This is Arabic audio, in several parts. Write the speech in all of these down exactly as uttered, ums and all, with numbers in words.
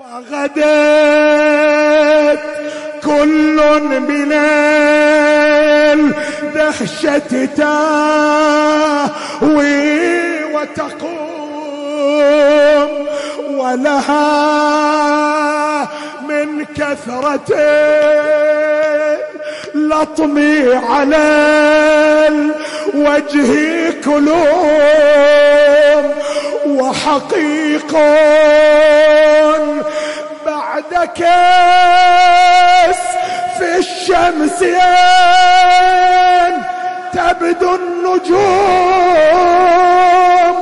فغدت كل من الدهشة تاوي وتقوم، ولها من كثرة لطم على الوجه كلوم، وحقيق بعد كاس في الشمس تبدو النجوم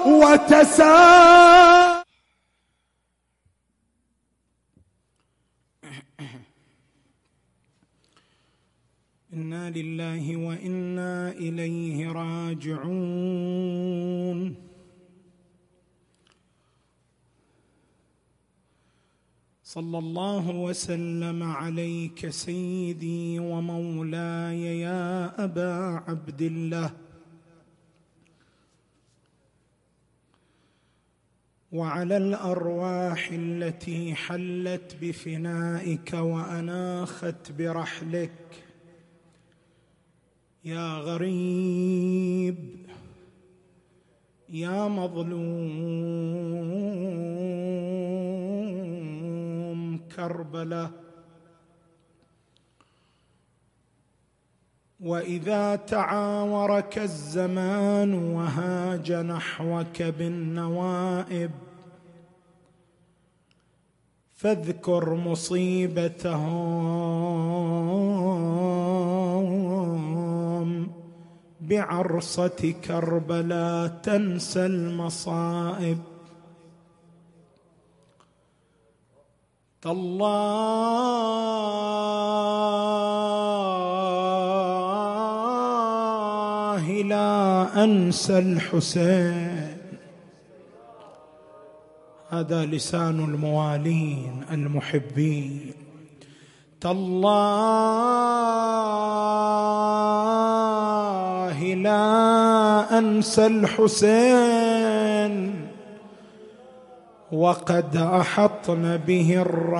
وتسامى. إنا لله وإنا إليه راجعون. صلى الله وسلم عليك سيدي ومولاي يا أبا عبد الله، وعلى الأرواح التي حلت بفنائك وأناخت برحلك يا غريب يا مظلوم كربلاء. وإذا تعاورك الزمان وهاج نحوك بالنوائب فاذكر مصيبتهم بعرصة كربلاء تنسى المصائب. تالله لا أنسى الحسين. هذا لسان الموالين المحبين. تالله لا أنسى الحسين وقد أحطن به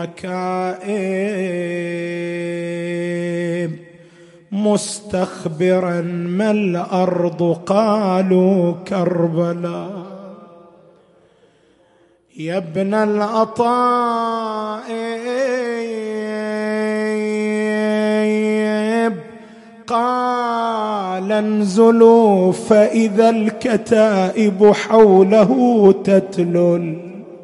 الركائب مستخبرا ما الأرض قالوا كربلاء. يا ابن الأطائب قال انزلوا فإذا الكتائب حوله تتلو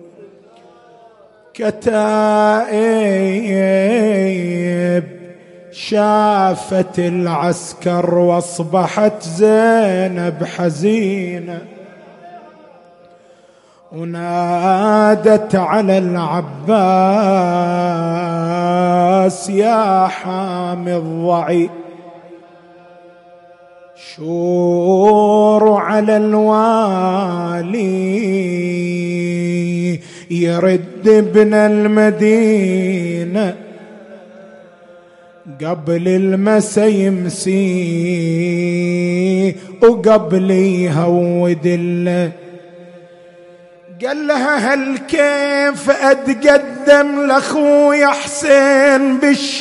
الكتائب. شافت العسكر واصبحت زينب حزينة ونادت على العباس يا حامي الضعيف شور على الوالي يرد ابن المدينة قبل المسا يمسي وقبل يهود الله. قال لها هل كيف أتقدم لأخوي حسين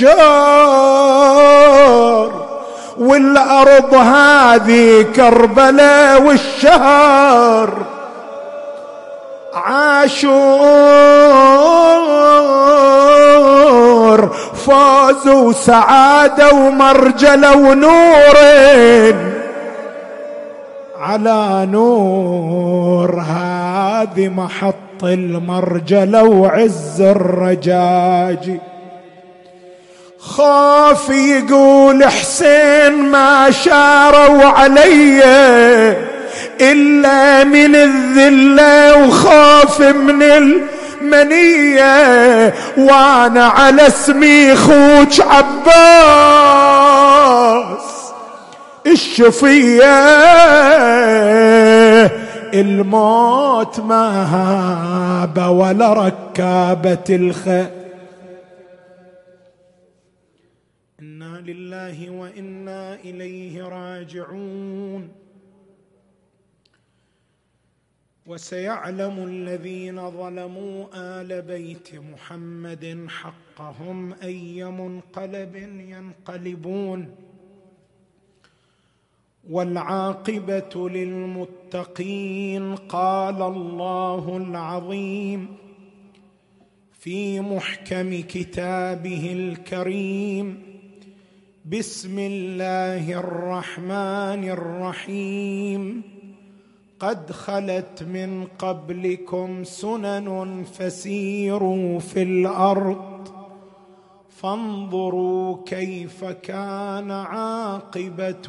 بالشور والأرض هذه كربلاء والشهر عاشور فوز وسعادة ومرجلة ونور على نور. هذه محط المرجلة وعز الرجاج. خاف يقول حسين ما شاروا علي إلا من الذلة وخاف من المنية وانا على اسمي خوج عباس الشفية. الموت ما هاب ولا ركابة الخيل. إنا لله وإنا إليه راجعون. وسيعلم الذين ظلموا آل بيت محمد حقهم أي منقلب ينقلبون والعاقبة للمتقين. قال الله العظيم في محكم كتابه الكريم: بسم الله الرحمن الرحيم. قد خلت من قبلكم سنن فسيروا في الأرض فانظروا كيف كان عاقبة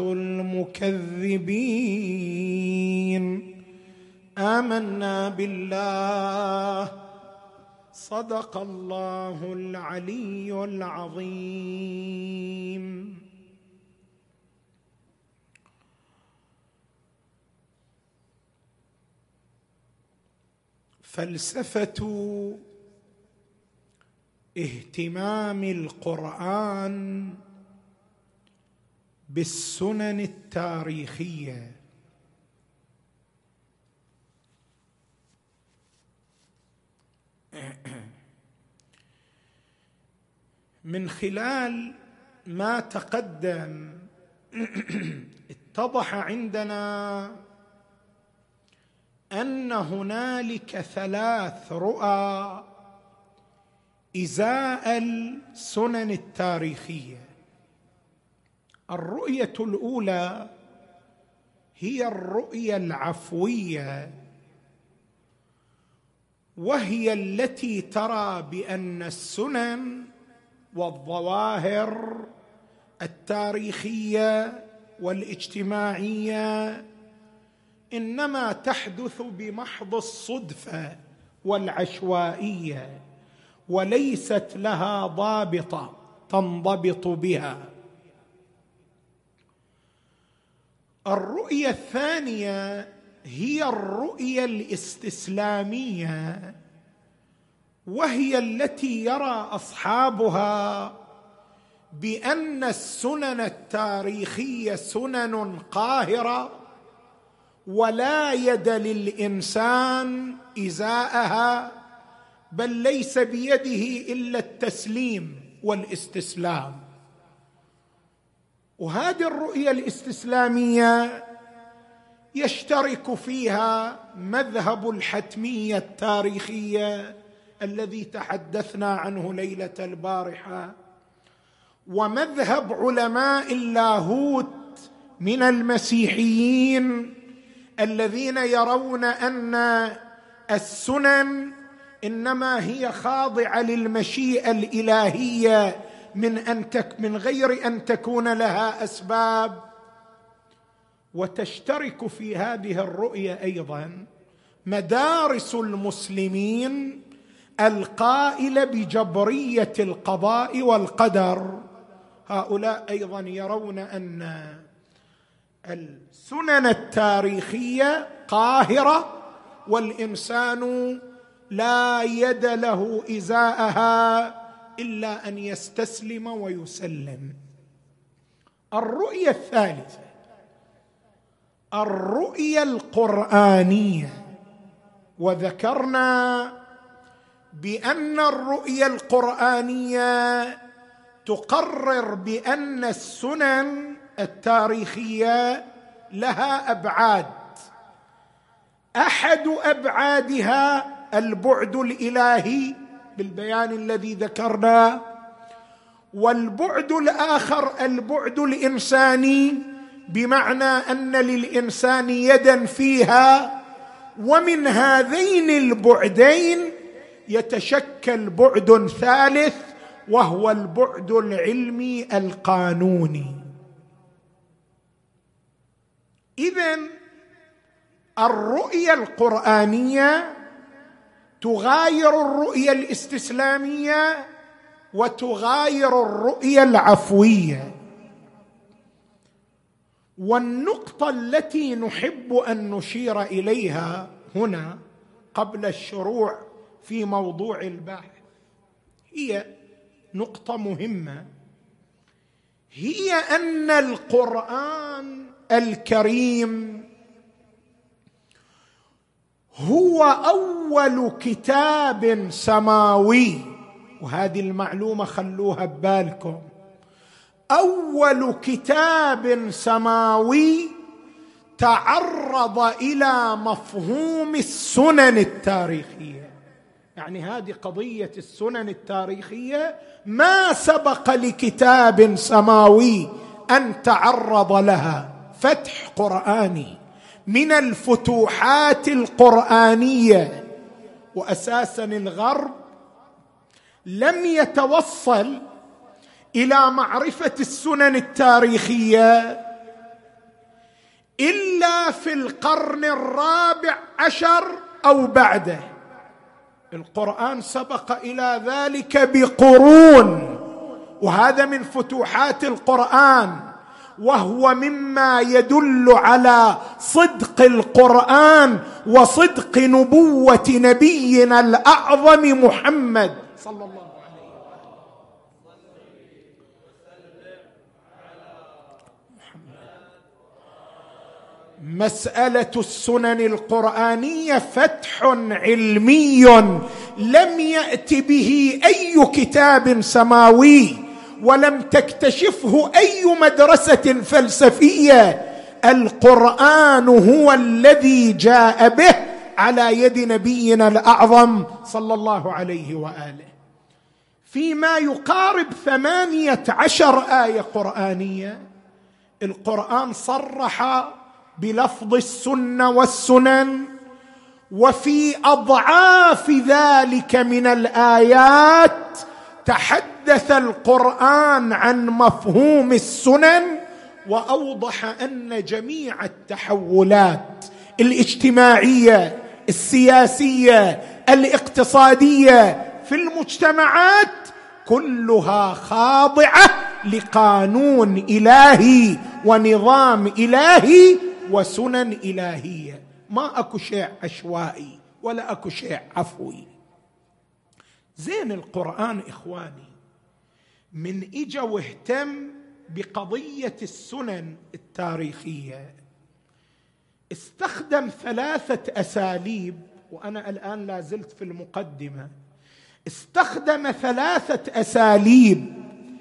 المكذبين. آمنا بالله. صدق الله العلي العظيم. فلسفة اهتمام القرآن بالسنن التاريخية من خلال ما تقدم اتضح عندنا أن هنالك ثلاث رؤى إزاء السنن التاريخية. الرؤية الأولى هي الرؤية العفوية، وهي التي ترى بأن السنن والظواهر التاريخية والاجتماعية إنما تحدث بمحض الصدفة والعشوائية، وليست لها ضابطة تنضبط بها. الرؤية الثانية هي الرؤية الاستسلامية، وهي التي يرى أصحابها بأن السنن التاريخية سنن قاهرة ولا يد للإنسان إزاءها، بل ليس بيده إلا التسليم والاستسلام. وهذه الرؤية الاستسلامية يشترك فيها مذهب الحتمية التاريخية الذي تحدثنا عنه ليلة البارحة، ومذهب علماء اللاهوت من المسيحيين الذين يرون أن السنن إنما هي خاضعة للمشيئة الإلهية من أن تك من غير أن تكون لها أسباب. وتشترك في هذه الرؤية أيضا مدارس المسلمين القائلة بجبرية القضاء والقدر. هؤلاء أيضا يرون أن السنن التاريخية قاهرة والإنسان لا يد له إزاءها إلا أن يستسلم ويسلم. الرؤية الثالثة الرؤية القرآنية، وذكرنا بأن الرؤية القرآنية تقرر بأن السنن التاريخية لها أبعاد. أحد أبعادها البعد الإلهي بالبيان الذي ذكرناه، والبعد الآخر البعد الإنساني، بمعنى أن للإنسان يدا فيها. ومن هذين البعدين يتشكل بعد ثالث، وهو البعد العلمي القانوني. إذن الرؤية القرآنية تغاير الرؤية الاستسلامية وتغاير الرؤية العفوية. والنقطة التي نحب أن نشير إليها هنا قبل الشروع في موضوع البحث هي نقطة مهمة، هي أن القرآن الكريم هو أول كتاب سماوي، وهذه المعلومة خلوها ببالكم، أول كتاب سماوي تعرض إلى مفهوم السنن التاريخية. يعني هذه قضية السنن التاريخية ما سبق لكتاب سماوي أن تعرض لها. فتح قرآني من الفتوحات القرآنية. وأساسا الغرب لم يتوصل إلى معرفة السنن التاريخية إلا في القرن الرابع عشر أو بعده. القرآن سبق إلى ذلك بقرون، وهذا من فتوحات القرآن، وهو مما يدل على صدق القرآن وصدق نبوة نبينا الأعظم محمد صلى الله عليه وسلم. مسألة السنن القرآنية فتح علمي لم يأت به أي كتاب سماوي، ولم تكتشفه أي مدرسة فلسفية. القرآن هو الذي جاء به على يد نبينا الأعظم صلى الله عليه وآله. فيما يقارب ثمانية عشر آية قرآنية القرآن صرح بلفظ السنة والسنن، وفي أضعاف ذلك من الآيات تحدث القرآن عن مفهوم السنن، وأوضح أن جميع التحولات الاجتماعية السياسية الاقتصادية في المجتمعات كلها خاضعة لقانون إلهي ونظام إلهي وسنن إلهية. ما أكو شيء عشوائي ولا أكو شيء عفوي. زين القرآن إخواني من إجا واهتم بقضية السنن التاريخية استخدم ثلاثة أساليب، وأنا الآن لا زلت في المقدمة. استخدم ثلاثة أساليب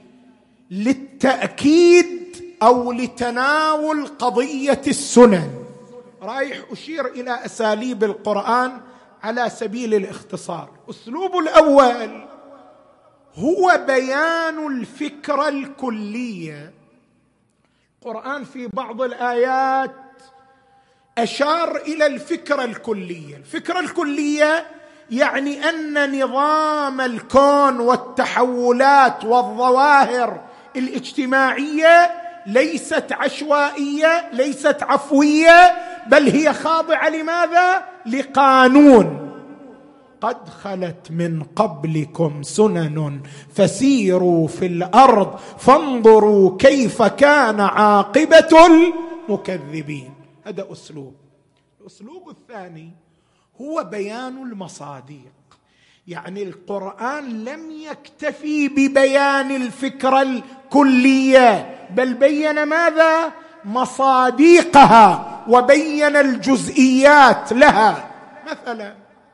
للتأكيد أو لتناول قضية السنن. رايح أشير إلى أساليب القرآن على سبيل الاختصار. الأسلوب الأول هو بيان الفكرة الكلية. القرآن في بعض الآيات أشار إلى الفكرة الكلية. الفكرة الكلية يعني أن نظام الكون والتحولات والظواهر الاجتماعية ليست عشوائية، ليست عفوية، بل هي خاضعة لماذا؟ لقانون. قد خلت من قبلكم سنن فسيروا في الأرض فانظروا كيف كان عاقبة المكذبين. هذا أسلوب. الأسلوب الثاني هو بيان المصادق. يعني القرآن لم يكتفي ببيان الفكرة الكلية، بل بين ماذا؟ مصادقها، وبين الجزئيات لها. مثلا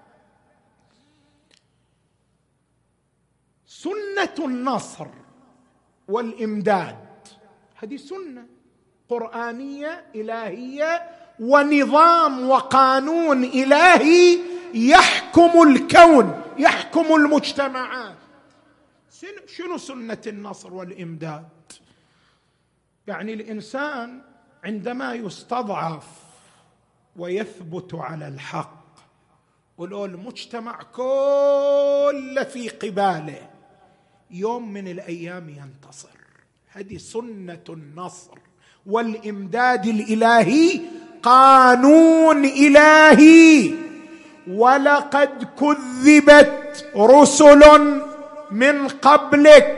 سنة النصر والإمداد، هذه سنة قرآنية إلهية ونظام وقانون إلهي يحكم الكون، يحكم المجتمعات. شنو سنة النصر والإمداد؟ يعني الإنسان عندما يستضعف ويثبت على الحق ولو المجتمع كله في قباله يوم من الأيام ينتصر. هذه سنة النصر والإمداد الإلهي، قانون إلهي. ولقد كذبت رسل من قبلك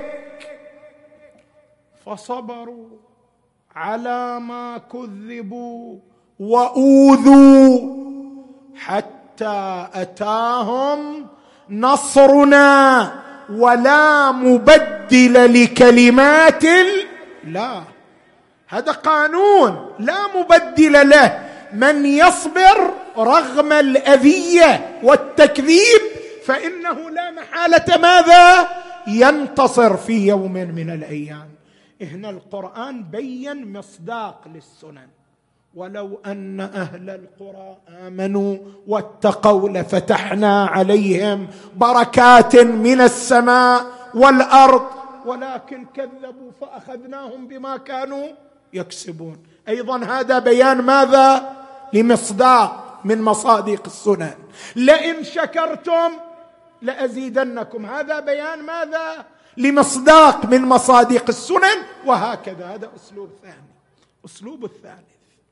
فصبروا على ما كذبوا وأوذوا حتى أتاهم نصرنا ولا مبدل لكلمات الله. هذا قانون لا مبدل له. من يصبر رغم الأذية والتكذيب فإنه لا محالة ماذا؟ ينتصر في يوم من الأيام. هنا القرآن بين مصداق للسنن. ولو أن أهل القرى آمنوا واتقوا لفتحنا عليهم بركات من السماء والأرض ولكن كذبوا فأخذناهم بما كانوا يكسبون. أيضا هذا بيان ماذا؟ لمصداق من مصادق السنن. لئن شكرتم لأزيدنكم، هذا بيان ماذا؟ لمصداق من مصادق السنن. وهكذا هذا أسلوب ثاني. أسلوب الثالث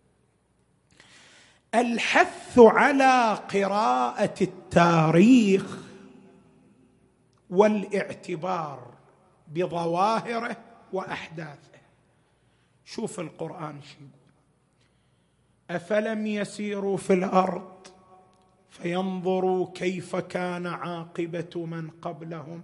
الحث على قراءة التاريخ والاعتبار بظواهره وأحداثه. شوف القرآن شو يقول: أفلم يسيروا في الأرض فينظروا كيف كان عاقبة من قبلهم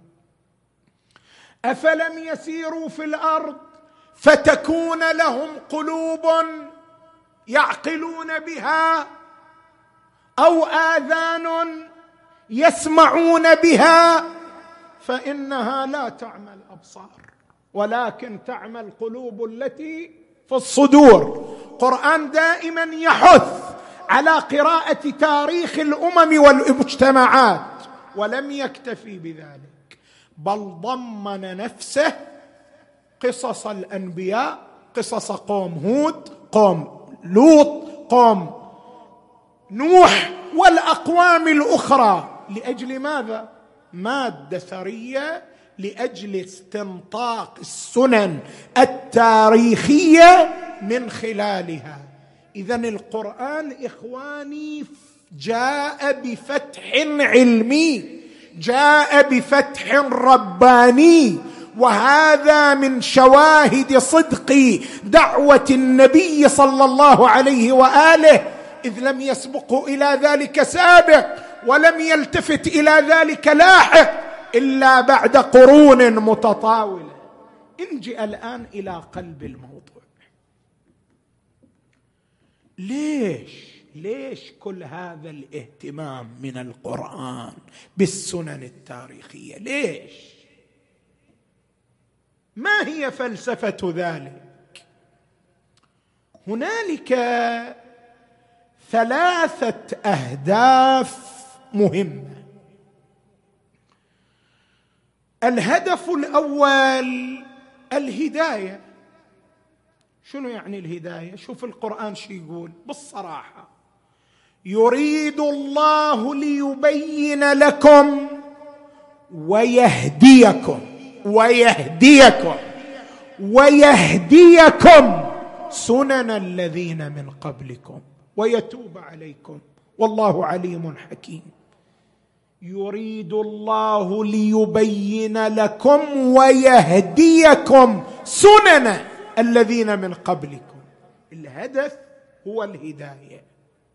أفلم يسيروا في الأرض فتكون لهم قلوب يعقلون بها أو آذان يسمعون بها فإنها لا تعمى الأبصار ولكن تعمى القلوب التي في الصدور. القرآن دائما يحث على قراءة تاريخ الأمم والمجتمعات، ولم يكتفي بذلك بل ضمن نفسه قصص الأنبياء، قصص قوم هود، قوم لوط، قوم نوح والأقوام الأخرى. لأجل ماذا؟ مادة ثرية لأجل استنطاق السنن التاريخية من خلالها. إذن القرآن إخواني جاء بفتح علمي، جاء بفتح رباني، وهذا من شواهد صدق دعوة النبي صلى الله عليه وآله، إذ لم يسبقه إلى ذلك سابق ولم يلتفت إلى ذلك لاحق إلا بعد قرون متطاولة. انجئ الآن إلى قلب الموضوع. ليش ليش كل هذا الاهتمام من القرآن بالسنن التاريخية؟ ليش؟ ما هي فلسفة ذلك؟ هنالك ثلاثة أهداف مهمة. الهدف الأول الهداية. شنو يعني الهداية؟ شوف القرآن شو يقول بالصراحة: يريد الله ليبين لكم ويهديكم ويهديكم ويهديكم سنن الذين من قبلكم ويتوب عليكم والله عليم حكيم. يريد الله ليبين لكم ويهديكم سنن الذين من قبلكم. الهدف هو الهداية.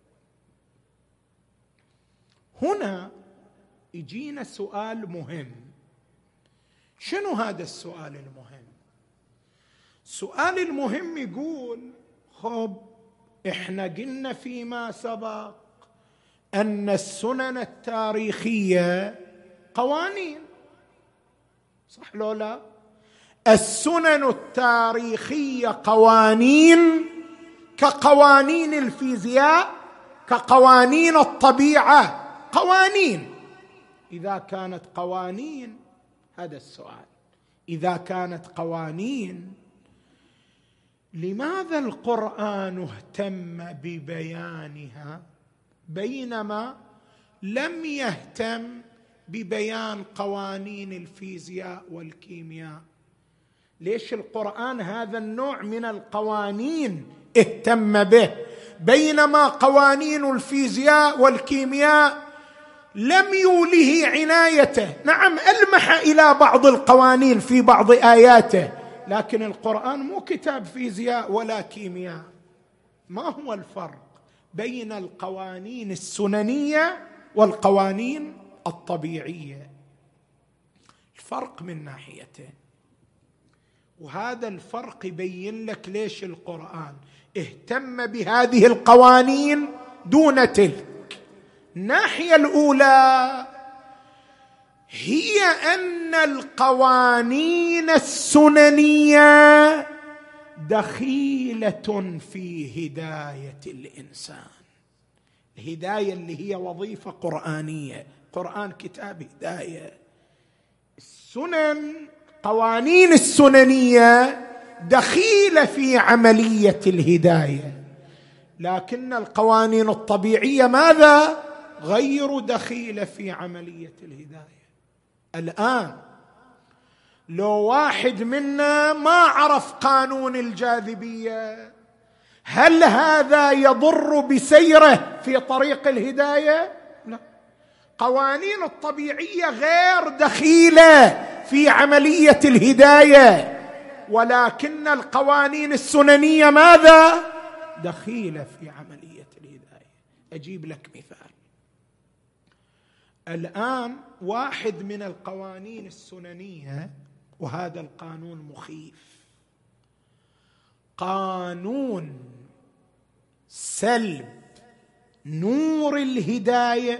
هنا يجينا سؤال مهم. شنو هذا السؤال المهم؟ السؤال المهم يقول: خب احنا قلنا فيما سبق أن السنن التاريخية قوانين، صح لو لا؟ السنن التاريخية قوانين كقوانين الفيزياء، كقوانين الطبيعة، قوانين. إذا كانت قوانين، هذا السؤال، إذا كانت قوانين لماذا القرآن اهتم ببيانها بينما لم يهتم ببيان قوانين الفيزياء والكيمياء؟ ليش القرآن هذا النوع من القوانين اهتم به بينما قوانين الفيزياء والكيمياء لم يوله عنايته؟ نعم ألمح إلى بعض القوانين في بعض آياته، لكن القرآن مو كتاب فيزياء ولا كيمياء. ما هو الفرق بين القوانين السننية والقوانين الطبيعية؟ الفرق من ناحيتين، وهذا الفرق يبين لك ليش القرآن اهتم بهذه القوانين دون تلك. الناحية الأولى هي أن القوانين السننية دخيلة في هداية الإنسان. الهداية اللي هي وظيفة قرآنية، قرآن كتاب هداية. السنن، قوانين السننية دخيلة في عملية الهداية، لكن القوانين الطبيعية ماذا؟ غير دخيلة في عملية الهداية. الآن لو واحد منا ما عرف قانون الجاذبية، هل هذا يضر بسيره في طريق الهداية؟ لا. قوانين الطبيعية غير دخيلة في عملية الهداية، ولكن القوانين السننية ماذا؟ دخيلة في عملية الهداية. أجيب لك مثال. الآن واحد من القوانين السننية، وهذا القانون مخيف، قانون سلب نور الهداية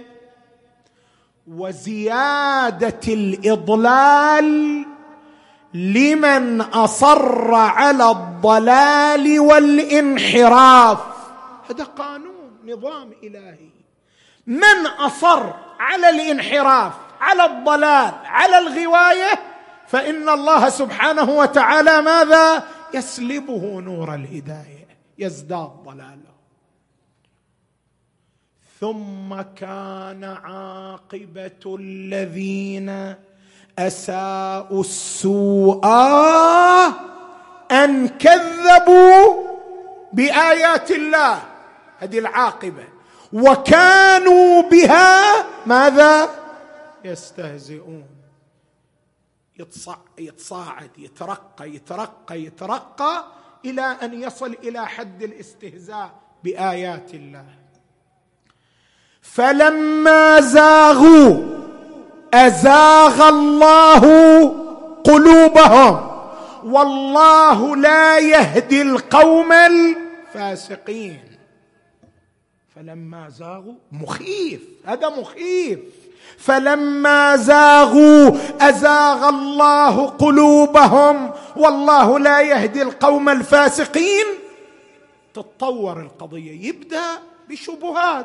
وزيادة الإضلال لمن أصر على الضلال والانحراف. هذا قانون، نظام إلهي. من أصر على الانحراف، على الضلال، على الغواية، فإن الله سبحانه وتعالى ماذا؟ يسلبه نور الهداية، يزداد ضلاله. ثم كان عاقبة الذين أساءوا السوء أن كذبوا بآيات الله. هذه العاقبة. وكانوا بها ماذا؟ يستهزئون. يتصاعد، يترقى يترقى يترقى إلى أن يصل إلى حد الاستهزاء بآيات الله. فلما زاغوا أزاغ الله قلوبهم والله لا يهدي القوم الفاسقين. فلما زاغوا، مخيف، هذا مخيف. فلما زاغوا أزاغ الله قلوبهم والله لا يهدي القوم الفاسقين. تتطور القضية، يبدأ بشبهات،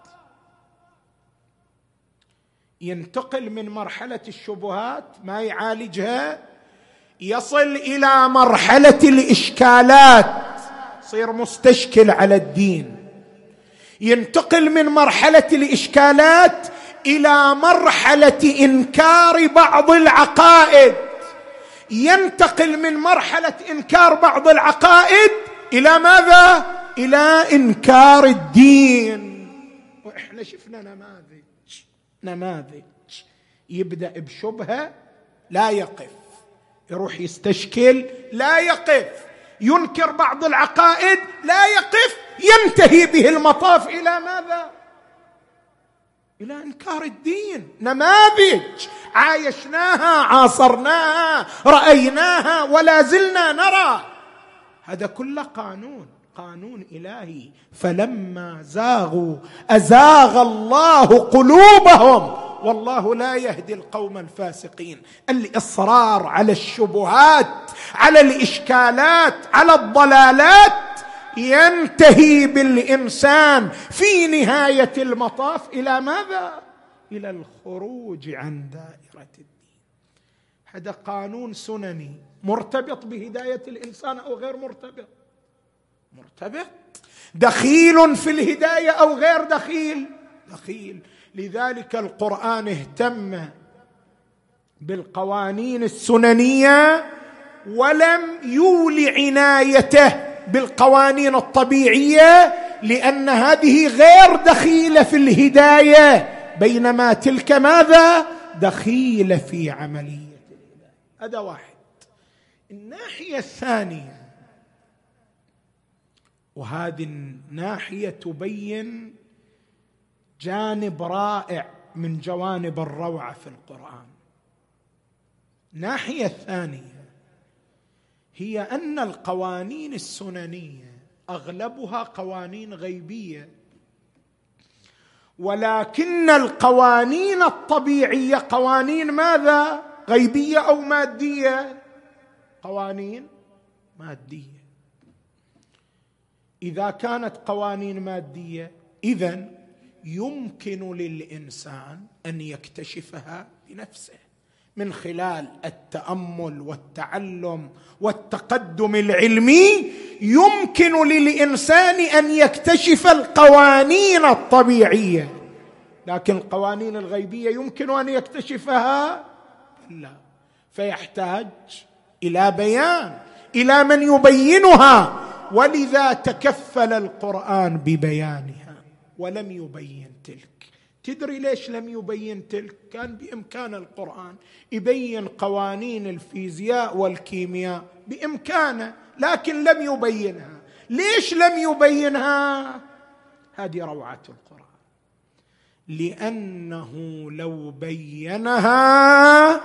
ينتقل من مرحلة الشبهات ما يعالجها، يصل إلى مرحلة الإشكالات، يصير مستشكل على الدين. ينتقل من مرحلة الإشكالات إلى مرحلة إنكار بعض العقائد. ينتقل من مرحلة إنكار بعض العقائد إلى ماذا؟ إلى إنكار الدين. وإحنا شفنا نماذج نماذج يبدأ بشبهة لا يقف، يروح يستشكل لا يقف، ينكر بعض العقائد لا يقف، ينتهي به المطاف إلى ماذا؟ إلى إنكار الدين. نماذج عايشناها، عاصرناها، رأيناها، ولا زلنا نرى. هذا كله قانون، قانون إلهي. فلما زاغوا أزاغ الله قلوبهم والله لا يهدي القوم الفاسقين. الإصرار على الشبهات، على الإشكالات، على الضلالات ينتهي بالإنسان في نهاية المطاف إلى ماذا؟ إلى الخروج عن دائرة الدين. هذا قانون سنني مرتبط بهداية الإنسان أو غير مرتبط؟ مرتبط. دخيل في الهداية أو غير دخيل؟ دخيل. لذلك القرآن اهتم بالقوانين السننية ولم يول عنايته بالقوانين الطبيعية، لأن هذه غير دخيلة في الهداية، بينما تلك ماذا؟ دخيلة في عملية الهداية. هذا واحد. الناحية الثانية، وهذه الناحية تبين جانب رائع من جوانب الروعة في القرآن. الناحية الثانية هي أن القوانين السننية أغلبها قوانين غيبية، ولكن القوانين الطبيعية قوانين ماذا؟ غيبية أو مادية؟ قوانين مادية. إذا كانت قوانين مادية إذن يمكن للإنسان أن يكتشفها بنفسه من خلال التأمل والتعلم والتقدم العلمي. يمكن للإنسان أن يكتشف القوانين الطبيعية، لكن القوانين الغيبية يمكن أن يكتشفها؟ لا، فيحتاج إلى بيان، إلى من يبينها، ولذا تكفل القرآن ببيانها ولم يبين تلك. تدري ليش لم يبين تلك؟ كان بإمكان القرآن يبين قوانين الفيزياء والكيمياء، بإمكانه، لكن لم يبينها. ليش لم يبينها؟ هذه روعة القرآن، لأنه لو بينها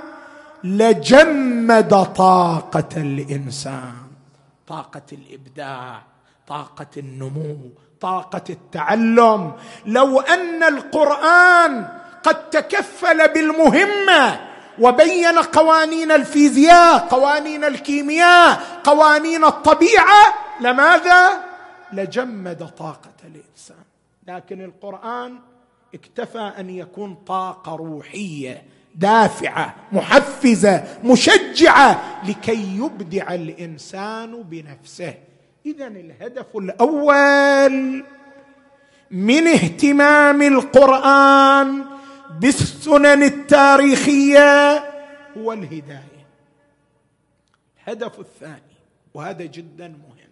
لجمد طاقة الإنسان، طاقة الإبداع، طاقة النمو، طاقة التعلم. لو أن القرآن قد تكفل بالمهمة وبين قوانين الفيزياء، قوانين الكيمياء، قوانين الطبيعة، لماذا؟ لجمد طاقة الإنسان. لكن القرآن اكتفى أن يكون طاقة روحية دافعة محفزة مشجعة لكي يبدع الإنسان بنفسه. إذن الهدف الأول من اهتمام القرآن بالسنن التاريخية هو الهداية. الهدف الثاني، وهذا جدا مهم،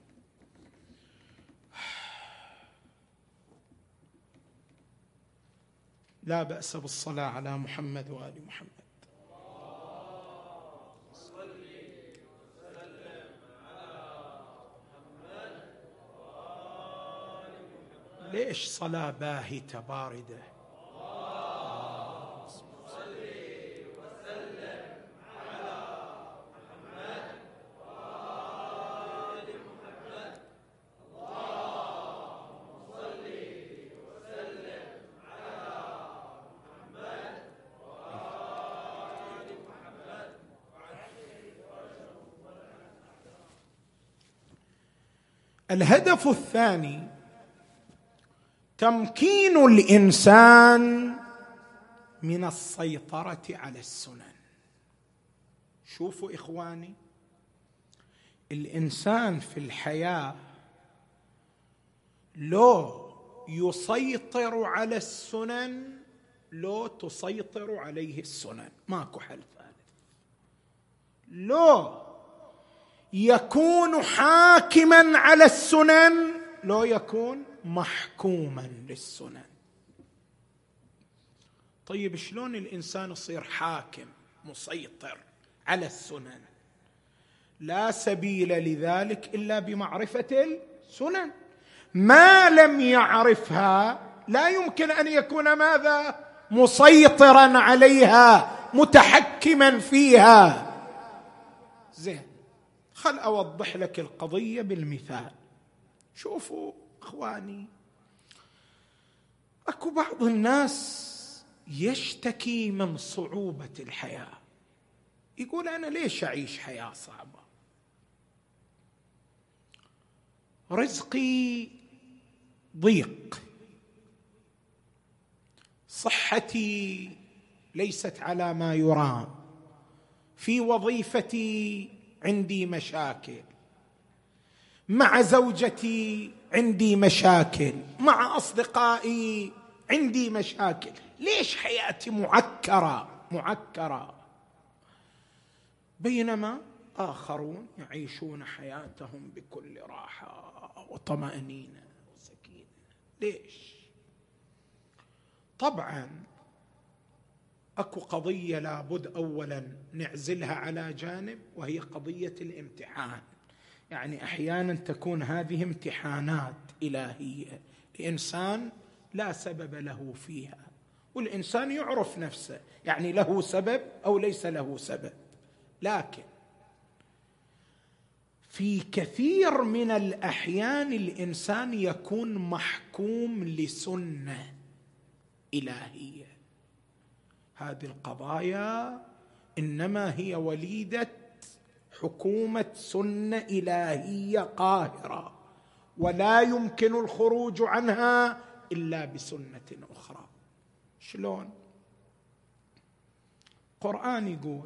لا بأس بالصلاة على محمد وآل محمد. ليش صلاة باهتة باردة؟ الهدف الثاني تمكين الإنسان من السيطرة على السنن. شوفوا إخواني، الإنسان في الحياة لو يسيطر على السنن لو تسيطر عليه السنن، ماكو حل ثالث. لو يكون حاكما على السنن لو يكون محكوما للسنن. طيب شلون الإنسان يصير حاكم مسيطر على السنن؟ لا سبيل لذلك إلا بمعرفة السنن. ما لم يعرفها لا يمكن أن يكون ماذا؟ مسيطرا عليها، متحكما فيها. زين، خل أوضح لك القضية بالمثال. شوفوا إخواني، أكو بعض الناس يشتكي من صعوبة الحياة، يقول أنا ليش أعيش حياة صعبة؟ رزقي ضيق، صحتي ليست على ما يرام، في وظيفتي عندي مشاكل، مع زوجتي عندي مشاكل، مع أصدقائي عندي مشاكل. ليش حياتي معكرة معكرة؟ بينما آخرون يعيشون حياتهم بكل راحة وطمأنينة وسكينة. ليش؟ طبعا أكو قضية لابد أولا نعزلها على جانب، وهي قضية الامتحان. يعني أحيانا تكون هذه امتحانات إلهية لإنسان لا سبب له فيها، والإنسان يعرف نفسه، يعني له سبب أو ليس له سبب. لكن في كثير من الأحيان الإنسان يكون محكوم لسنة إلهية. هذه القضايا إنما هي وليدة حكومة سنة إلهية قاهرة، ولا يمكن الخروج عنها إلا بسنة أخرى. شلون؟ القرآن يقول: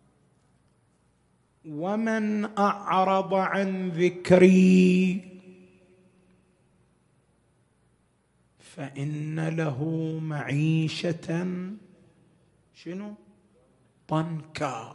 ومن أعرض عن ذكري فإن له معيشة شنو؟ ضنكا.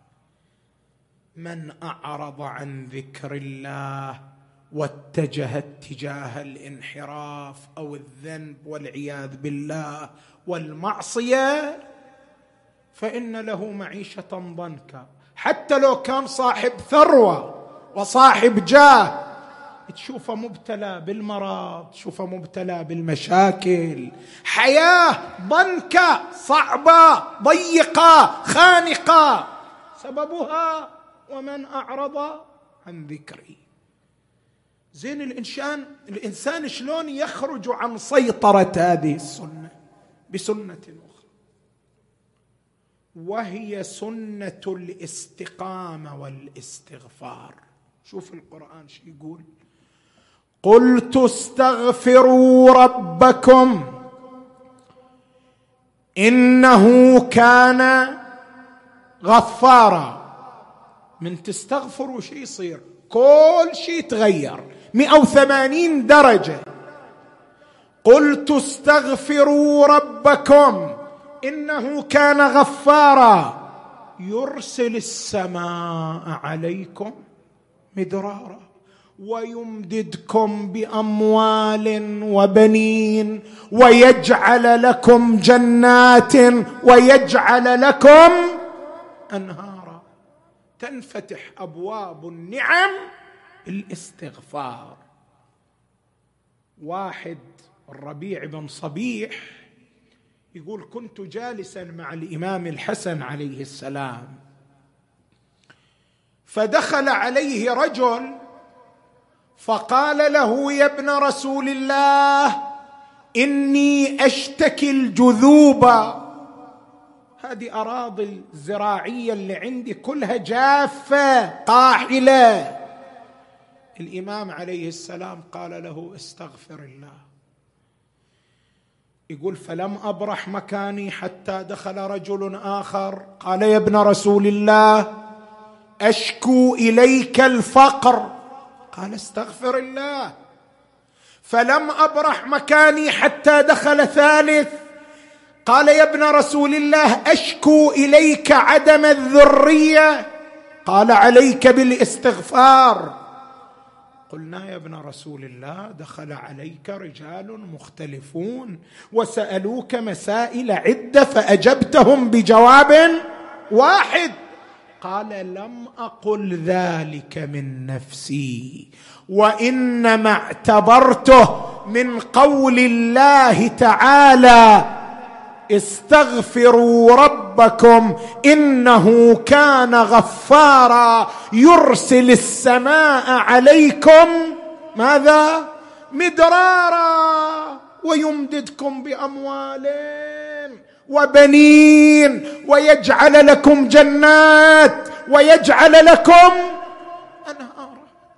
من أعرض عن ذكر الله واتجه اتجاه الانحراف أو الذنب والعياذ بالله والمعصية فإن له معيشة ضنكا. حتى لو كان صاحب ثروة وصاحب جاه، تشوفه مبتلى بالمرض، تشوفه مبتلى بالمشاكل، حياة ضنكة صعبة ضيقة خانقة، سببها ومن أعرض عن ذكري. زين، الإنسان الإنسان شلون يخرج عن سيطرة هذه السنة؟ بسنة أخرى، وهي سنة الاستقامة والاستغفار. شوف القرآن شو يقول: قلت استغفروا ربكم إنه كان غفارا. من تستغفروا شيء يصير، كل شيء يتغير مئة وثمانين درجة. قلت استغفروا ربكم إنه كان غفارا يرسل السماء عليكم مدرارا ويمددكم بأموال وبنين ويجعل لكم جنات ويجعل لكم أنهارا. تنفتح أبواب النعم الاستغفار. واحد الربيع بن صبيح يقول: كنت جالسا مع الإمام الحسن عليه السلام، فدخل عليه رجل فقال له: يا ابن رسول الله إني أشتكي الجذوب، هذه أراضي الزراعية اللي عندي كلها جافة قاحلة. الإمام عليه السلام قال له: استغفر الله. يقول: فلم أبرح مكاني حتى دخل رجل آخر قال: يا ابن رسول الله أشكو إليك الفقر، قال: استغفر الله. فلم أبرح مكاني حتى دخل ثالث قال: يا ابن رسول الله أشكو إليك عدم الذرية، قال: عليك بالاستغفار. قلنا: يا ابن رسول الله دخل عليك رجال مختلفون وسألوك مسائل عدة فأجبتهم بجواب واحد. قال: لم أقل ذلك من نفسي، وإنما اعتبرته من قول الله تعالى: استغفروا ربكم إنه كان غفارا يرسل السماء عليكم ماذا؟ مدرارا ويمددكم بأموال وبنين ويجعل لكم جنات ويجعل لكم أنهارا.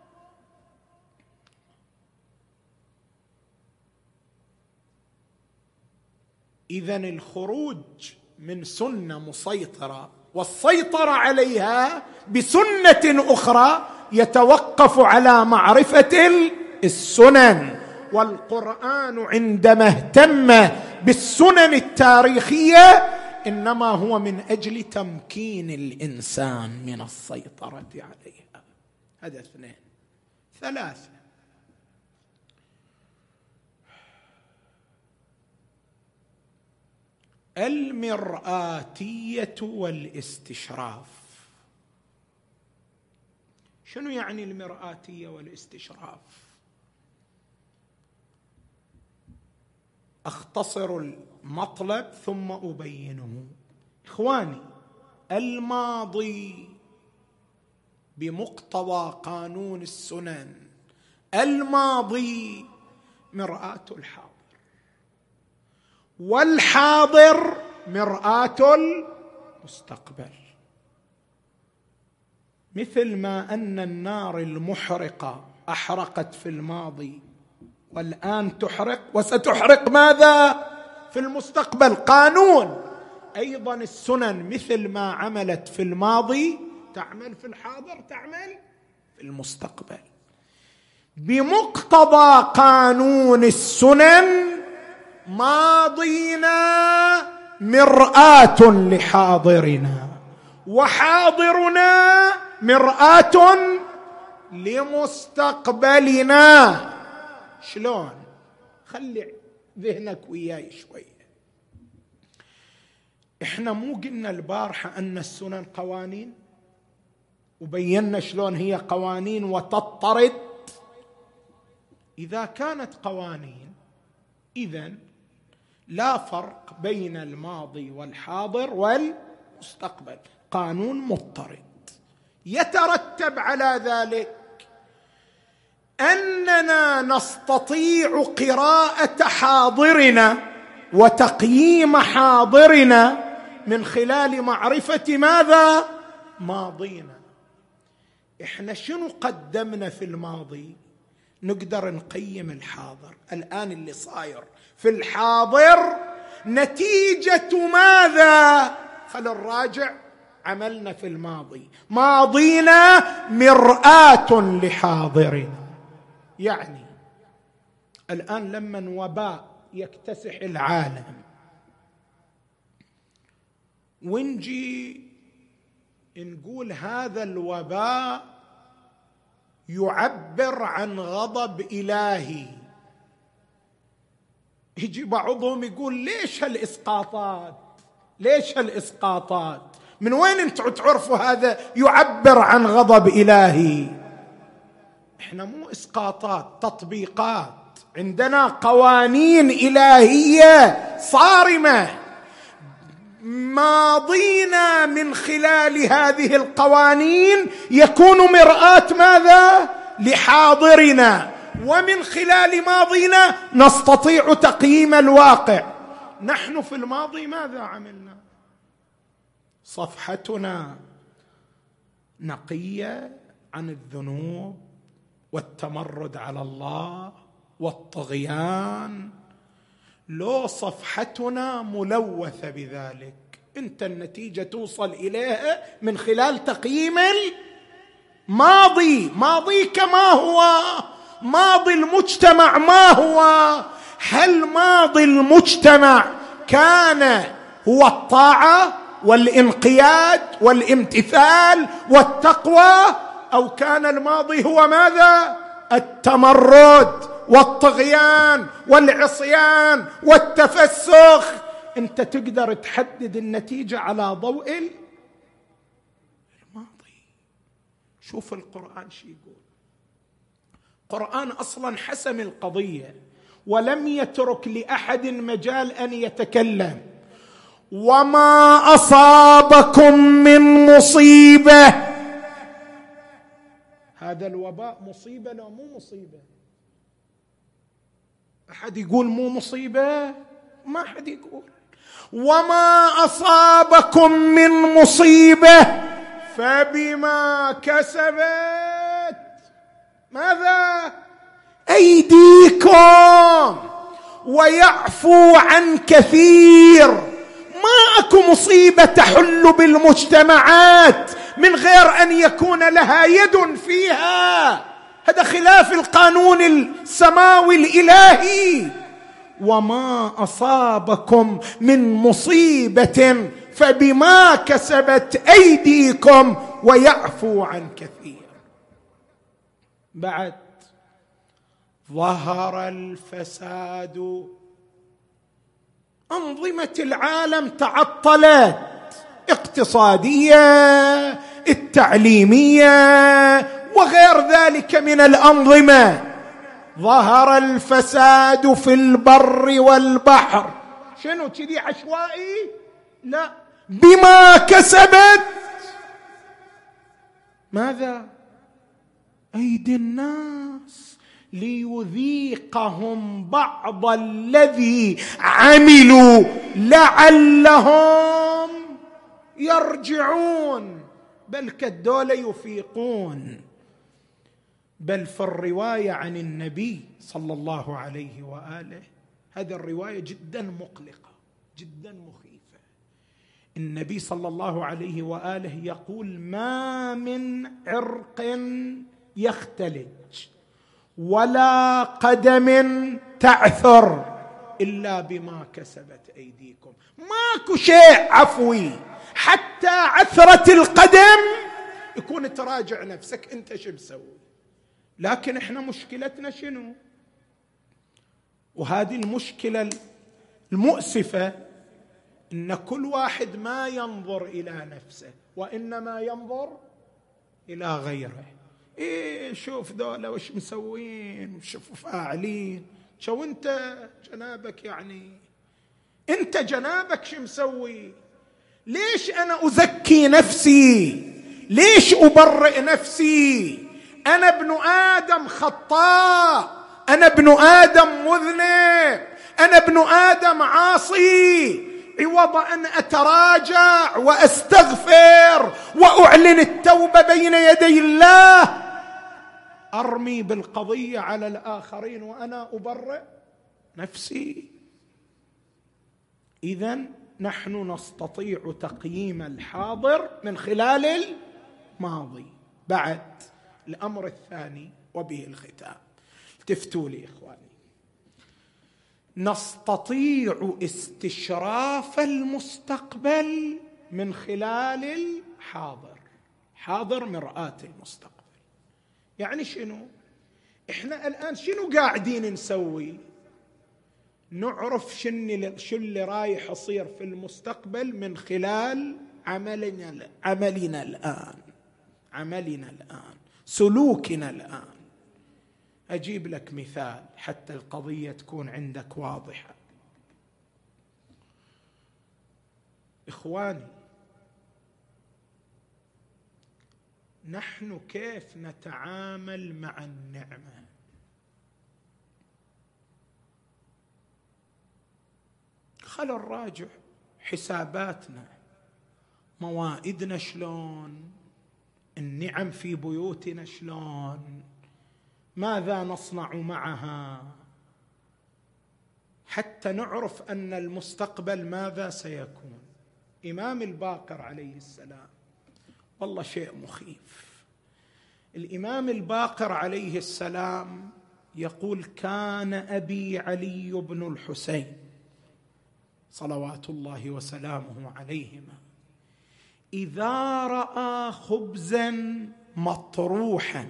إذن الخروج من سنة مسيطرة والسيطرة عليها بسنة أخرى يتوقف على معرفة السنن. والقرآن عندما اهتم بالسنن التاريخية إنما هو من أجل تمكين الإنسان من السيطرة عليها. هذا اثنين. ثلاثة: المرآتية والاستشراف. شنو يعني المرآتية والاستشراف؟ أختصر المطلب ثم أبينه. إخواني، الماضي بمقتضى قانون السنن، الماضي مرآة الحاضر، والحاضر مرآة المستقبل. مثل ما أن النار المحرقة أحرقت في الماضي والآن تحرق وستحرق ماذا في المستقبل، قانون. أيضا السنن مثل ما عملت في الماضي تعمل في الحاضر، تعمل في المستقبل. بمقتضى قانون السنن ماضينا مرآة لحاضرنا، وحاضرنا مرآة لمستقبلنا. شلون؟ خلي ذهنك وياي شوية. احنا مو قلنا البارحة أن السنن قوانين، وبينا شلون هي قوانين وتضطرد؟ إذا كانت قوانين إذن لا فرق بين الماضي والحاضر والمستقبل، قانون مضطرد. يترتب على ذلك أننا نستطيع قراءة حاضرنا وتقييم حاضرنا من خلال معرفة ماذا؟ ماضينا. إحنا شنو قدمنا في الماضي؟ نقدر نقيم الحاضر. الآن اللي صاير في الحاضر نتيجة ماذا؟ خلينا نراجع عملنا في الماضي. ماضينا مرآة لحاضرنا. يعني الآن لما وباء يكتسح العالم ونجي نقول هذا الوباء يعبر عن غضب إلهي، يجي بعضهم يقول ليش هالإسقاطات؟ ليش هالإسقاطات؟ من وين انتم تعرفوا هذا يعبر عن غضب إلهي؟ احنا مو إسقاطات، تطبيقات. عندنا قوانين إلهية صارمة، ماضينا من خلال هذه القوانين يكون مرآة ماذا؟ لحاضرنا، ومن خلال ماضينا نستطيع تقييم الواقع. نحن في الماضي ماذا عملنا؟ صفحتنا نقية عن الذنوب والتمرد على الله والطغيان، لو صفحتنا ملوثة بذلك. انت النتيجة توصل إليها من خلال تقييم الماضي. ماضيك ما هو؟ ماضي المجتمع ما هو؟ هل ماضي المجتمع كان هو الطاعة والانقياد والامتثال والتقوى، أو كان الماضي هو ماذا؟ التمرد والطغيان والعصيان والتفسخ. انت تقدر تحدد النتيجة على ضوء الماضي. شوف القرآن شو يقول. القرآن أصلا حسم القضية ولم يترك لأحد مجال أن يتكلم. وما أصابكم من مصيبة، هذا الوباء مصيبة لا مو مصيبة؟ أحد يقول مو مصيبة؟ ما أحد يقول. وما أصابكم من مصيبة فبما كسبت ماذا؟ أيديكم، ويعفو عن كثير. ما أكو مصيبة تحل بالمجتمعات من غير أن يكون لها يد فيها. هذا خلاف القانون السماوي الإلهي. وما أصابكم من مصيبة فبما كسبت أيديكم ويعفو عن كثير. بعد ظهر الفساد، أنظمة العالم تعطلت، اقتصادية، التعليمية، وغير ذلك من الأنظمة. ظهر الفساد في البر والبحر. شنو كذي عشوائي؟ لا، بما كسبت ماذا؟ أيدي الناس ليذيقهم بعض الذي عملوا لعلهم يرجعون. بل كالدول يفيقون. بل في الرواية عن النبي صلى الله عليه وآله، هذه الرواية جدا مقلقة جدا مخيفة. النبي صلى الله عليه وآله يقول: ما من عرق يختلج ولا قدم تعثر إلا بما كسبت أيديكم. ماكو شيء عفوي، حتى عثرة القدم يكون تراجع نفسك أنت شو مسوي. لكن إحنا مشكلتنا شنو؟ وهذه المشكلة المؤسفة، إن كل واحد ما ينظر إلى نفسه وإنما ينظر إلى غيره. إيه شوف ذولا وش مسوين وشوفوا فاعلين، شو أنت جنابك، يعني أنت جنابك شو مسوي؟ ليش أنا أزكي نفسي؟ ليش أبرئ نفسي؟ أنا ابن آدم خطاء، أنا ابن آدم مذنب، أنا ابن آدم عاصي. عوض أن أتراجع وأستغفر وأعلن التوبة بين يدي الله، أرمي بالقضية على الآخرين وأنا أبرئ نفسي. إذن نحن نستطيع تقييم الحاضر من خلال الماضي. بعد الأمر الثاني وبه الختام، التفتوا لي إخواني، نستطيع استشراف المستقبل من خلال الحاضر. حاضر مرآة المستقبل. يعني شنو؟ إحنا الآن شنو قاعدين نسوي؟ نعرف شنو شو اللي رايح يصير في المستقبل من خلال عملنا عملنا الآن عملنا الآن سلوكنا الآن. أجيب لك مثال حتى القضية تكون عندك واضحة. إخواني، نحن كيف نتعامل مع النعمة؟ خل نراجع حساباتنا، موائدنا شلون، النعم في بيوتنا شلون، ماذا نصنع معها، حتى نعرف أن المستقبل ماذا سيكون. إمام الباقر عليه السلام، والله شيء مخيف. الإمام الباقر عليه السلام يقول: كان أبي علي بن الحسين صلوات الله وسلامه عليهما إذا رأى خبزا مطروحا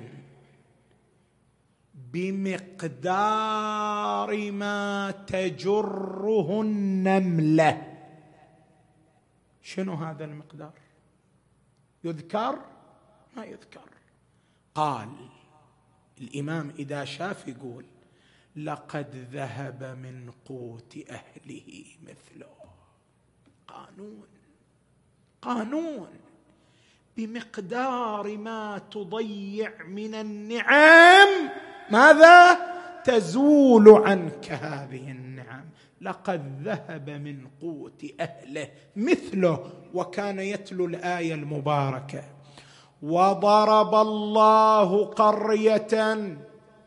بمقدار ما تجره النملة. شنو هذا المقدار؟ يذكر؟ ما يذكر. قال الإمام إذا شاف يقول: لقد ذهب من قوت أهله مثله. قانون قانون بمقدار ما تضيع من النعم ماذا؟ تزول عنك هذه النعم. لقد ذهب من قوت أهله مثله. وكان يتلو الآية المباركة: وضرب الله قرية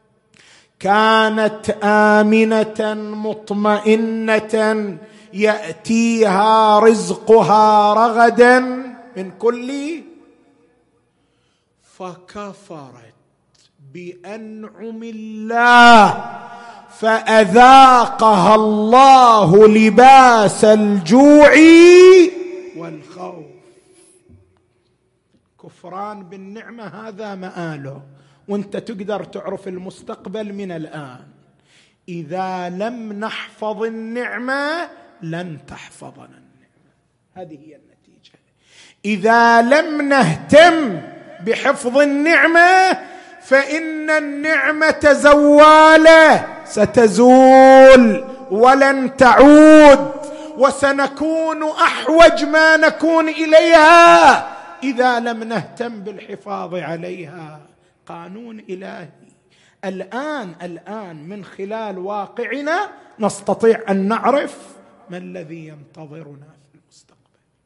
كانت آمنة مطمئنة يأتيها رزقها رغدا من كل، فكفرت بأنعم الله فأذاقها الله لباس الجوع والخوف. كفران بالنعمة هذا مآله. وانت تقدر تعرف المستقبل من الآن. إذا لم نحفظ النعمة لن تحفظنا النعمة. هذه هي النتيجة. إذا لم نهتم بحفظ النعمة فإن النعمة زوالة ستزول ولن تعود، وسنكون أحوج ما نكون إليها إذا لم نهتم بالحفاظ عليها. قانون إلهي. الآن الآن من خلال واقعنا نستطيع أن نعرف ما الذي ينتظرنا في المستقبل.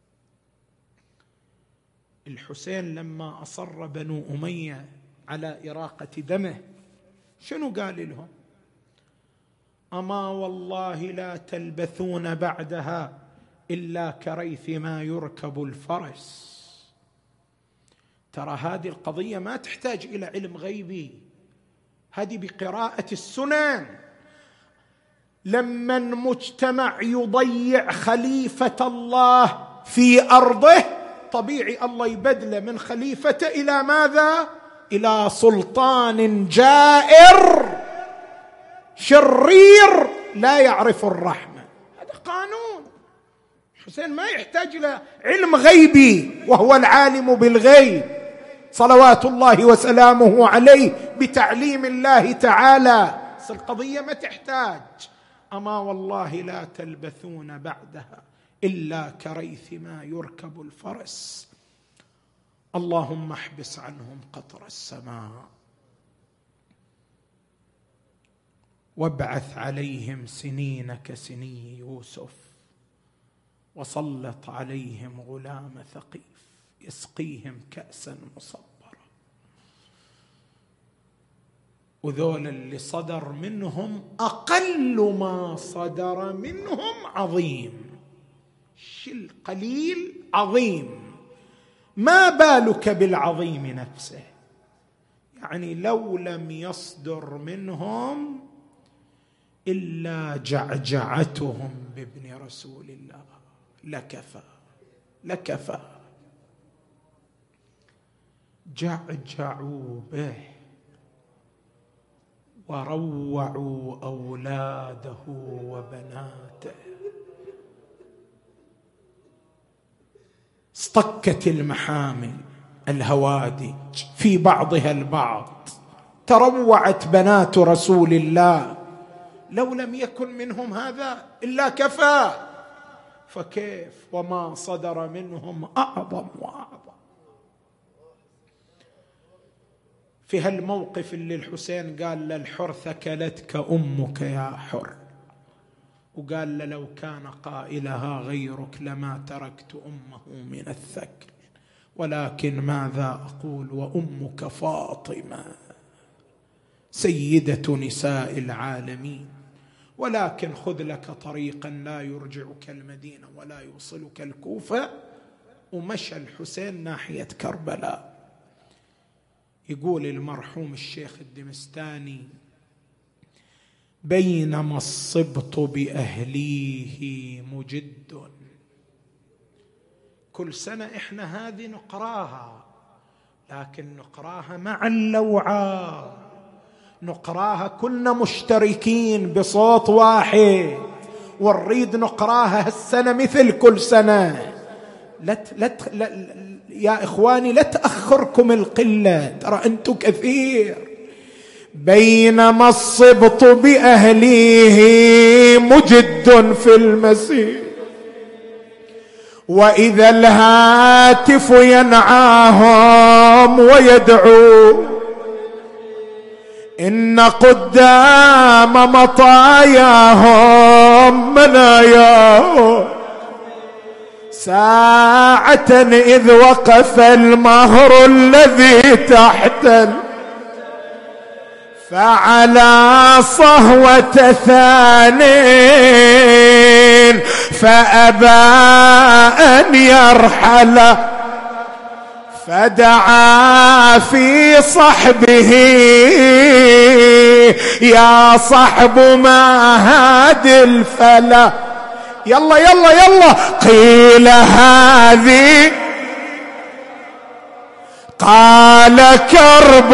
الحسين لما أصر بنو أمية على إراقة دمه شنو قال لهم؟ أما والله لا تلبثون بعدها إلا كريث ما يركب الفرس. ترى هذه القضية ما تحتاج إلى علم غيبي، هذه بقراءة السنن. لما المجتمع يضيع خليفة الله في أرضه طبيعي الله يبدله من خليفته إلى ماذا؟ إلى سلطان جائر شرير لا يعرف الرحمة. هذا قانون. حسين ما يحتاج إلى علم غيبي وهو العالم بالغيب صلوات الله وسلامه عليه بتعليم الله تعالى. القضية ما تحتاج. أما والله لا تلبثون بعدها إلا كريث ما يركب الفرس. اللهم احبس عنهم قطر السماء وابعث عليهم سنين كسني يوسف وسلط عليهم غلام ثقيف يسقيهم كأسا مصبرة. وذول اللي صدر منهم أقل ما صدر منهم عظيم. شو القليل عظيم، ما بالك بالعظيم نفسه. يعني لو لم يصدر منهم إلا جعجعتهم بابن رسول الله لكفى لكفى. جعجعوا به وروعوا أولاده وبناته. اصطكت المحامل الهوادج في بعضها البعض، تروعت بنات رسول الله. لو لم يكن منهم هذا إلا كفى، فكيف وما صدر منهم أعظم وأعظم. في هالموقف اللي الحسين قال للحر ثكلتك أمك يا حر، وقال له لو كان قائلها غيرك لما تركت أمه من الثكل، ولكن ماذا أقول وأمك فاطمة سيدة نساء العالمين، ولكن خذ لك طريقا لا يرجعك المدينة ولا يوصلك الكوفة. ومشى الحسين ناحية كربلاء. يقول المرحوم الشيخ الدمستاني بينما الصبط بأهليه مجد. كل سنة إحنا هذه نقراها، لكن نقراها مع اللوعة، نقراها كلنا مشتركين بصوت واحد، ونريد نقراها هالسنة مثل كل سنة. لا لا لا يا إخواني لا تأخركم القلة، ترى أنتم كثير. بينما الصبط بأهليه مجد في المسير، وإذا الهاتف ينعاهم ويدعو إن قدام مطاياهم مناياهم ساعة إذ وقف المهر الذي تحت فعلى صهوة ثانٍ فأبى أن يرحل، فدعا في صحبه يا صحب ما هذه الفلا. يلا يلا يلا. قيل هذه قال كرب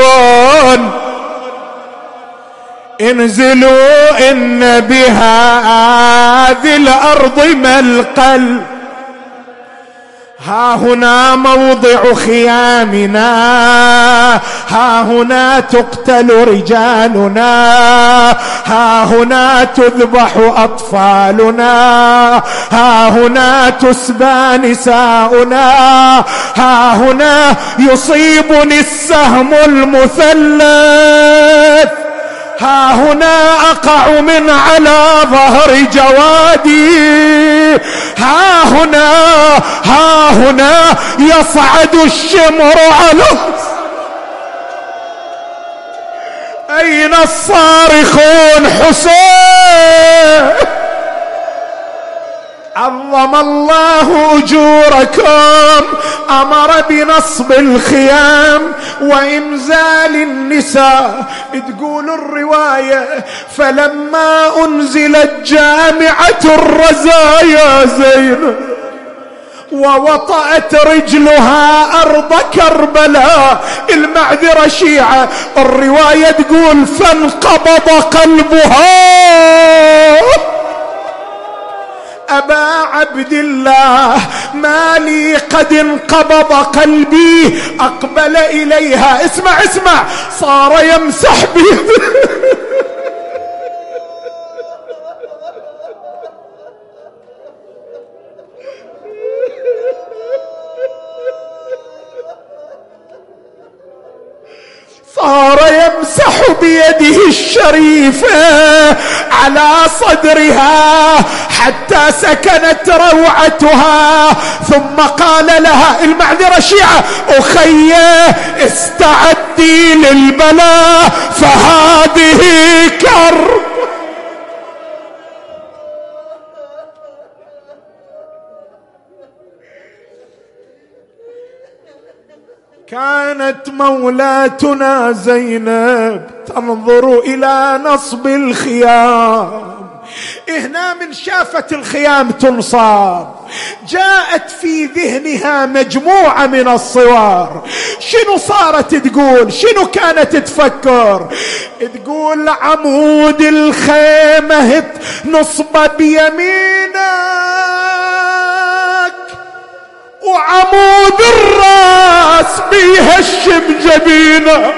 انزلوا إن بها هذه الأرض ملقل، ها هنا موضع خيامنا، ها هنا تقتل رجالنا، ها هنا تذبح أطفالنا، ها هنا تسبى نساؤنا، ها هنا يصيبني السهم المثلث. ها هنا أقع من على ظهر جوادي، ها هنا ها هنا يصعد الشمر على. أين الصارخون حسين؟ عظم الله أجوركم، أمر بنصب الخيام وإنزال النساء. تقول الرواية فلما أنزلت جامعة الرزايا زينب ووطأت رجلها أرض كربلاء، المعذرة شيعة، الرواية تقول فانقبض قلبها. أبا عبد الله ما لي قد انقبض قلبي، أقبل إليها، اسمع اسمع، صار يمسح بيده. صار يمسح بيده الشريفة على صدرها حتى سكنت روعتها، ثم قال لها، المعذرة شيعة، أخي استعدي للبلاء فهذه كرب. كانت مولاتنا زينب تنظر إلى نصب الخيام. هنا من شافت الخيام تنصاب جاءت في ذهنها مجموعة من الصور. شنو صارت تقول؟ شنو كانت تفكر؟ تقول عمود الخيمة نصب بيمينك وعمود الراس بيهشم جبينه.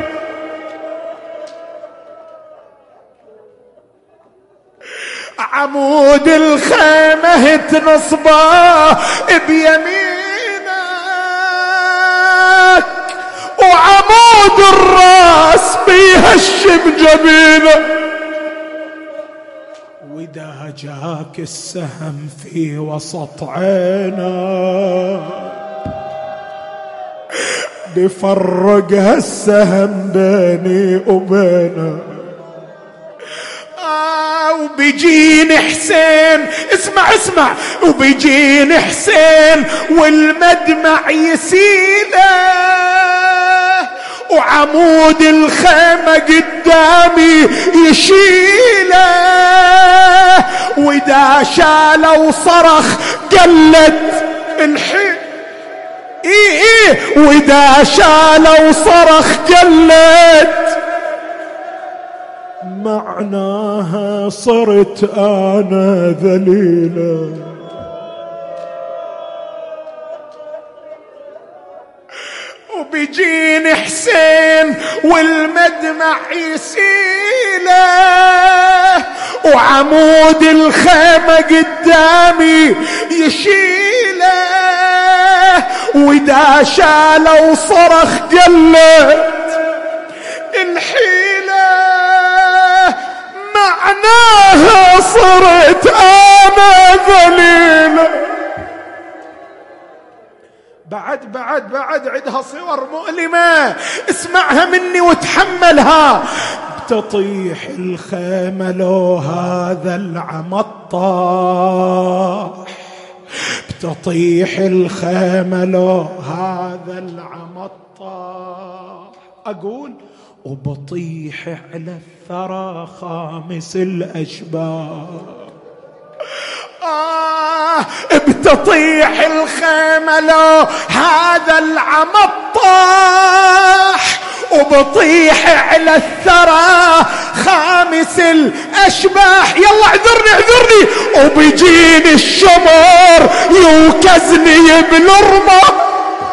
عمود الخيمة تنصبه بيمينك وعمود الراس بيهشم جبينه. وإذا جاك السهم في وسط عينه بفرق هالسهم بيني وبينه. آه وبيجين حسين، اسمع اسمع، وبيجين حسين والمدمع يسيله وعمود الخيمة قدامي يشيله. وإذا شال وصرخ قلت الحين، اي اي وإذا شال وصرخ قلت معناها صرت أنا ذليلة. وبيجين حسين والمدمع يسيله وعمود الخيمة قدامي يشيله. وإذا شال وصرخ قلت الحيلة معناها صرت أنا ذليلة. بعد بعد بعد عدها صور مؤلمة، اسمعها مني وتحملها. بتطيح الخيمة لو هذا العمى الطاح، بتطيح الخيمة لو هذا العمى الطاح. أقول وبطيح على الثرى خامس الأشباه. آه بتطيح الخيمة لو هذا العمى الطاح، وبطيح على الثرى خامس الأشباح. يلا اعذرني اعذرني. وبيجيني الشمر يوكزني بالرمح.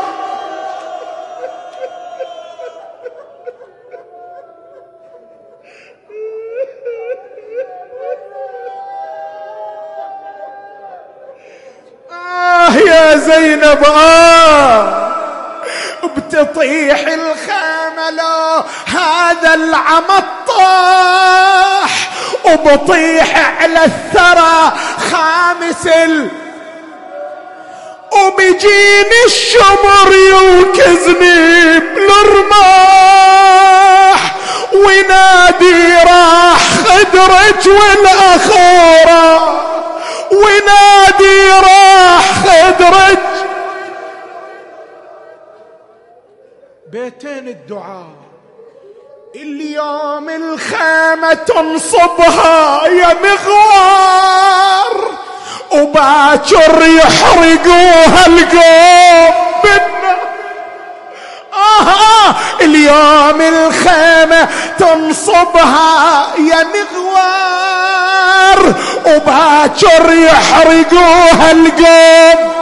يا زينب آه بتطيح الخيمة لو هذا العمى الطاح، الصباح وبطيح على الثرى خامس ال وبيجيني الشمر يوكزني بالرماح وينادي راح خدرج والأخورة وينادي راح خدرج. بيتين الدعاء. اليوم الخيمة تنصبها يا مغوار وباكر يحرقوها القوم بالنار. آه, آه اليوم الخيمة تنصبها يا مغوار وباكر يحرقوها القوم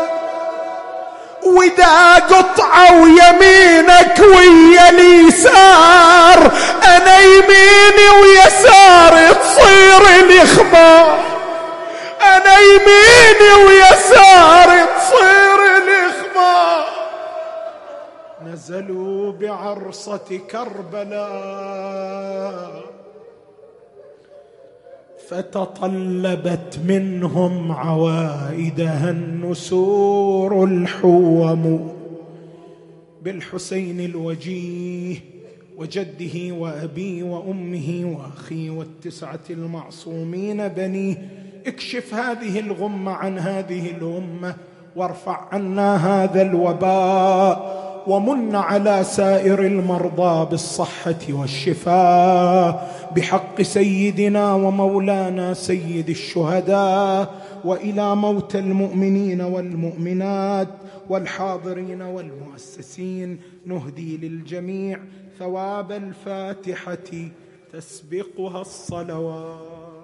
ودا قطعوا يمينك ويا اليسار انا يميني ويساري تصير الاخبار انا يميني ويساري تصير الاخبار. نزلوا بعرصة كربلاء فتطلبت منهم عوائدها النسور الحوم بالحسين الوجيه وجده وأبيه وأمه وأخيه والتسعة المعصومين بنيه. اكشف هذه الغمة عن هذه الأمة وارفع عنا هذا الوباء ومن على سائر المرضى بالصحة والشفاء بحق سيدنا ومولانا سيد الشهداء. وإلى موتى المؤمنين والمؤمنات والحاضرين والمؤسسين نهدي للجميع ثواب الفاتحة تسبقها الصلوات.